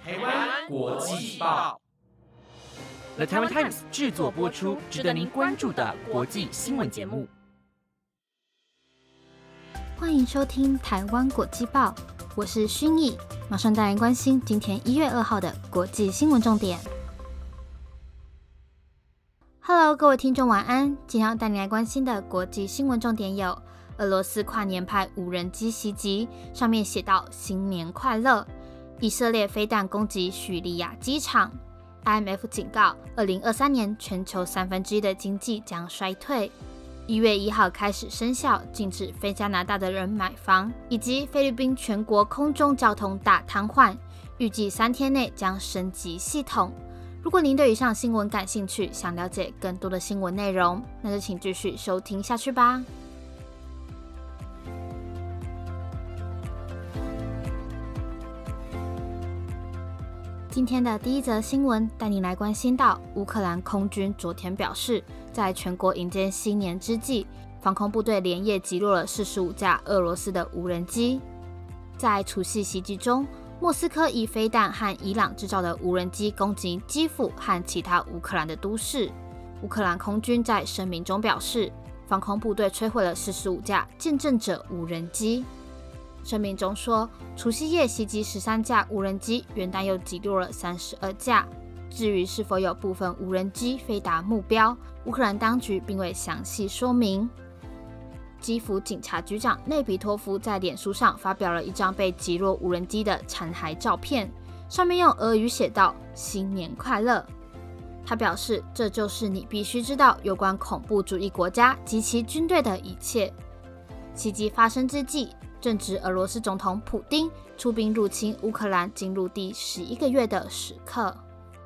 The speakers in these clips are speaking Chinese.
台湾国际报 The Taiwan Times 制作播出，值得您关注的国际新闻节目。 欢迎收听台湾国际报，我是薰逸，马上带您关心今天1月2号的国际新闻重点。Hello， 各位听众晚安。今天要带您来关心的国际新闻重点有：俄罗斯跨年派无人机袭击，上面写道新年快乐；以色列飞弹攻击叙利亚机场；IMF 警告2023年全球1/3的经济将衰退；1月1号开始生效，禁止非加拿大的人买房；以及菲律宾全国空中交通大瘫痪，预计3天内将升级系统。如果您对以上新闻感兴趣，想了解更多的新闻内容，那就请继续收听下去吧。今天的第一则新闻带您来关心到，乌克兰空军昨天表示，在全国迎接新年之际，防空部队连夜击落了45架俄罗斯的无人机。在除夕袭击中，莫斯科以飞弹和伊朗制造的无人机攻击基辅和其他乌克兰的都市。乌克兰空军在声明中表示，防空部队摧毁了45架见证者无人机。声明中说，除夕夜袭击13架无人机，元旦又击落了32架。至于是否有部分无人机飞达目标，乌克兰当局并未详细说明。基辅警察局长内比托夫在脸书上发表了一张被击落无人机的残骸照片，上面用俄语写道“新年快乐”。他表示，这就是你必须知道有关恐怖主义国家及其军队的一切。袭击发生之际，正值俄罗斯总统普丁出兵入侵乌克兰进入第11个月的时刻。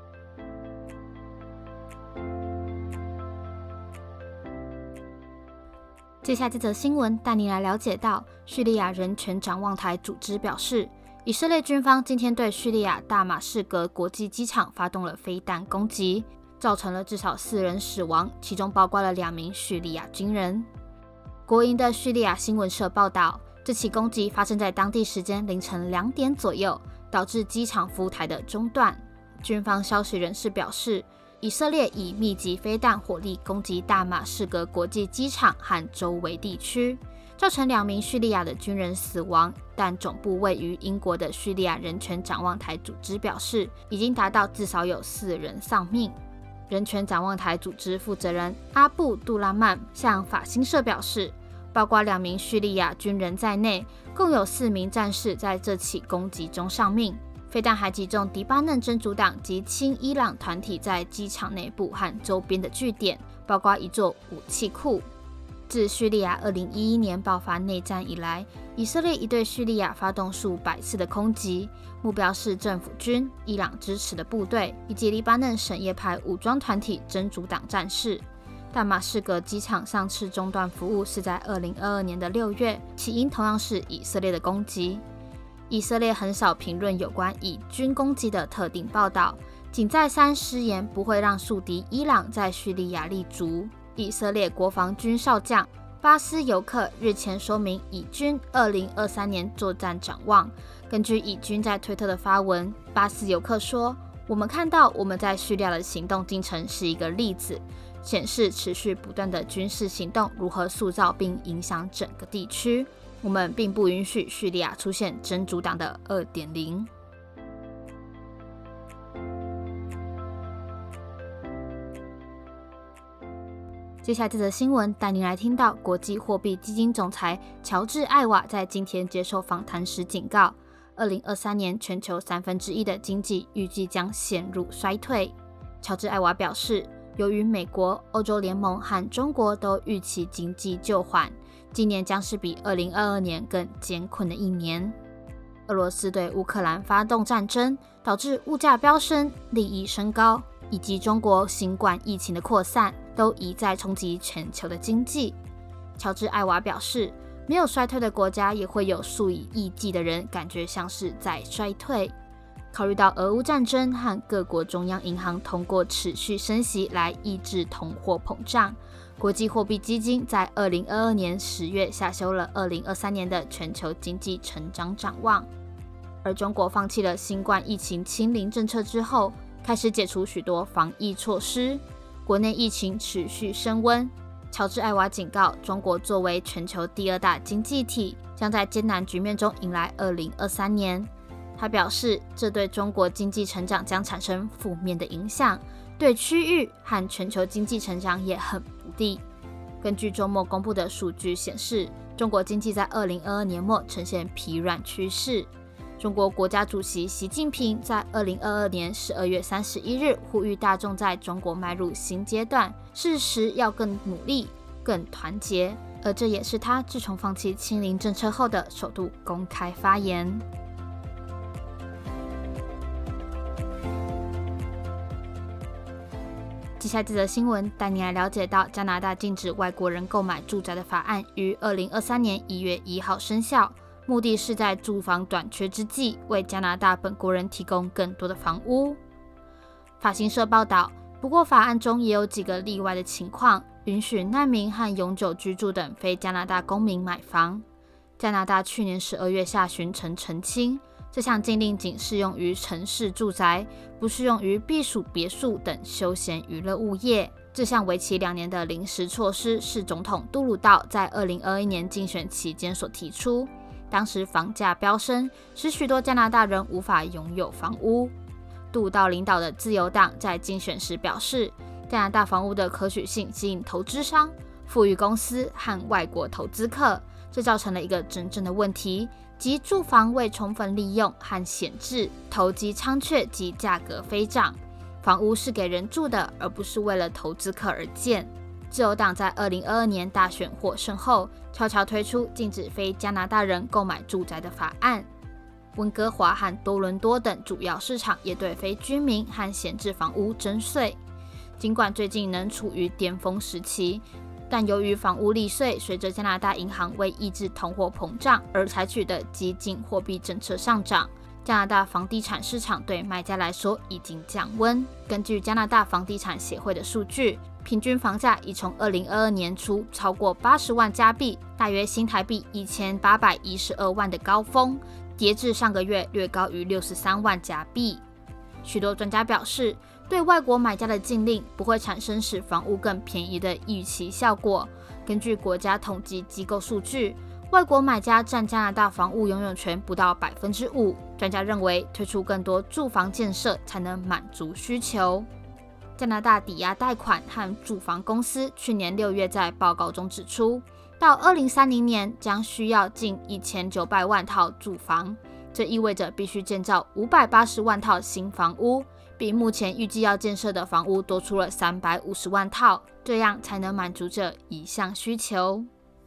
接下来这则新闻带您来了解到，叙利亚人权展望台组织表示，以色列军方今天对叙利亚大马士革国际机场发动了飞弹攻击，造成了至少4人死亡，其中包括了2名叙利亚军人。国营的叙利亚新闻社报道，这起攻击发生在当地时间凌晨2点左右，导致机场服务台的中断。军方消息人士表示，以色列以密集飞弹火力攻击大马士革国际机场和周围地区，造成2名叙利亚的军人死亡，但总部位于英国的叙利亚人权展望台组织表示，已经达到至少有4人丧命。人权展望台组织负责人阿布杜拉曼向法新社表示，包括2名叙利亚军人在内，共有4名战士在这起攻击中丧命。飞弹还击中黎巴嫩真主党及亲伊朗团体在机场内部和周边的据点，包括一座武器库。自叙利亚2011年爆发内战以来，以色列已对叙利亚发动数百次的空击，目标是政府军、伊朗支持的部队以及黎巴嫩什叶派武装团体真主党战士。大马士革机场上次中断服务是在2022年的6月，起因同样是以色列的攻击。以色列很少评论有关以军攻击的特定报道，仅再三誓言不会让宿敌伊朗在叙利亚立足。以色列国防军少将巴斯尤克日前说明以军2023年作战展望。根据以军在推特的发文，巴斯尤克说，我们看到我们在叙利亚的行动进程是一个例子，显示持续不断的军事行动如何塑造并影响整个地区。我们并不允许叙利亚出现真主党的 2.0。 接下来这则新闻带您来听到，国际货币基金总裁乔治·艾瓦在今天接受访谈时警告，2023年全球1/3的经济预计将陷入衰退。乔治·艾瓦表示，由于美国、欧洲联盟和中国都预期经济救缓，今年将是比2022年更艰困的一年。俄罗斯对乌克兰发动战争，导致物价飙升、利益升高，以及中国新冠疫情的扩散，都一再冲击全球的经济。乔治·艾瓦表示，没有衰退的国家也会有数以亿计的人感觉像是在衰退。考虑到俄乌战争和各国中央银行通过持续升息来抑制通货膨胀，国际货币基金在2022年10月下修了2023年的全球经济成长展望。 而中国放弃了新冠疫情清零政策之后，开始解除许多防疫措施，国内疫情持续升温。乔治·艾娃警告，中国作为全球第2大经济体，将在艰难局面中迎来2023年。他表示，这对中国经济成长将产生负面的影响，对区域和全球经济成长也很不利。根据周末公布的数据显示，中国经济在2022年末呈现疲软趋势。中国国家主席习近平在2022年12月31日呼吁大众在中国迈入新阶段，是时要更努力、更团结，而这也是他自从放弃清零政策后的首度公开发言。接下来这则新闻带你来了解到，加拿大禁止外国人购买住宅的法案于2023年1月1号生效，目的是在住房短缺之际，为加拿大本国人提供更多的房屋。法新社报道，不过法案中也有几个例外的情况，允许难民和永久居住等非加拿大公民买房。加拿大去年12月下旬曾澄清，这项禁令仅适用于城市住宅，不适用于避暑别墅等休闲娱乐物业。这项为期2年的临时措施是总统杜鲁道在2021年竞选期间所提出。当时房价飙升，使许多加拿大人无法拥有房屋。杜鲁道领导的自由党在竞选时表示，加拿大房屋的可取性吸引投资商、富裕公司和外国投资客，这造成了一个真正的问题，即住房未充分利用和闲置，投机猖獗及价格飞涨。房屋是给人住的，而不是为了投资客而建。自由党在2022年大选获胜后，悄悄推出禁止非加拿大人购买住宅的法案。温哥华和多伦多等主要市场也对非居民和闲置房屋征税。尽管最近仍处于巅峰时期，但由于房屋利税随着加拿大银行为抑制通货膨胀而采取的激进货币政策上涨，加拿大房地产市场对卖家来说已经降温。根据加拿大房地产协会的数据，平均房价已从2022年初超过80万加币，大约新台币1812万的高峰，跌至上个月略高于63万加币。许多专家表示，对外国买家的禁令不会产生使房屋更便宜的预期效果。根据国家统计机构数据，外国买家占加拿大房屋拥有权不到5%。专家认为，推出更多住房建设才能满足需求。加拿大抵押贷款和住房公司去年6月在报告中指出，到2030年将需要近1900万套住房，这意味着必须建造580万套新房屋，比目前预计要建设的房屋多出了350万套，这样才能满足这一项需求。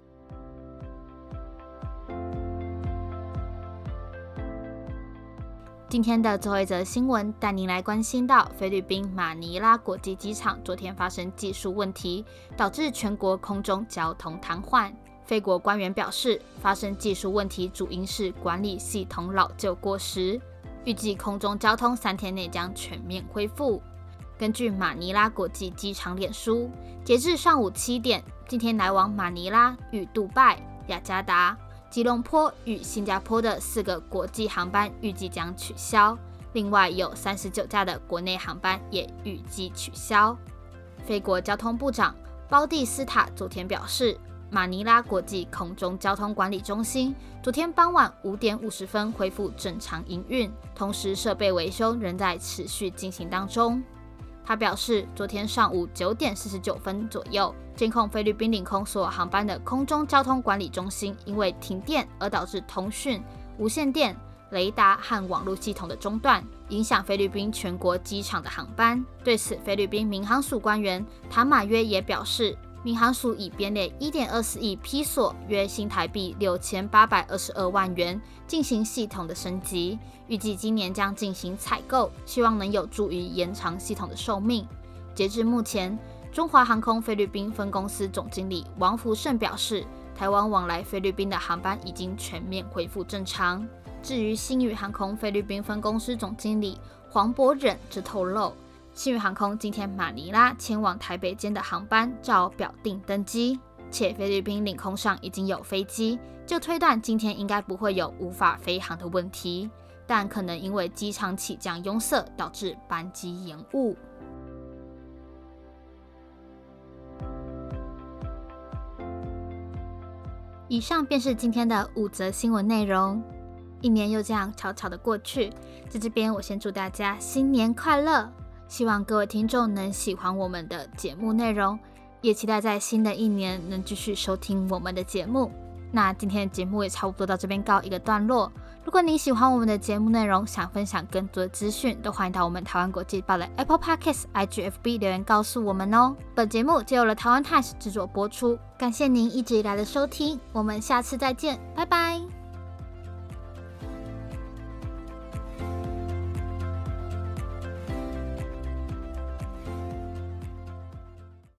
今天的最后一则新闻带您来关心到菲律宾马尼拉国际机场昨天发生技术问题，导致全国空中交通瘫痪。菲国官员表示，发生技术问题主因是管理系统老旧过时，预计空中交通3天内将全面恢复。根据马尼拉国际机场脸书，截至上午7点，今天来往马尼拉与杜拜、雅加达、吉隆坡与新加坡的4个国际航班预计将取消，另外有39架的国内航班也预计取消。菲国交通部长包蒂斯塔昨天表示，马尼拉国际空中交通管理中心昨天傍晚5点50分恢复正常营运，同时设备维修仍在持续进行当中。他表示，昨天上午9点49分左右，监控菲律宾领空所有航班的空中交通管理中心因为停电而导致通讯、无线电、雷达和网络系统的中断，影响菲律宾全国机场的航班。对此，菲律宾民航署官员塔马约也表示，民航署已编列 1.24 亿披索，约新台币6822万元，进行系统的升级，预计今年将进行采购，希望能有助于延长系统的寿命。截至目前，中华航空菲律宾分公司总经理王福胜表示，台湾往来菲律宾的航班已经全面恢复正常。至于星宇航空菲律宾分公司总经理黄博忍则透露，星宇航空今天马尼拉前往台北间的航班照表定登机，且菲律宾领空上已经有飞机，就推断今天应该不会有无法飞航的问题。 但可能因为机场起降拥塞导致班机延误。以上便是今天的5则新闻内容。一年又这样悄悄的过去，在这边我先祝大家新年快乐，希望各位听众能喜欢我们的节目内容，也期待在新的一年能继续收听我们的节目。那今天的节目也差不多到这边告一个段落。如果您喜欢我们的节目内容，想分享更多的资讯，都欢迎到我们台湾国际报的 Apple Podcast、IGFB 留言告诉我们哦。本节目就由了台湾 Times 制作播出，感谢您一直以来的收听，我们下次再见，拜拜。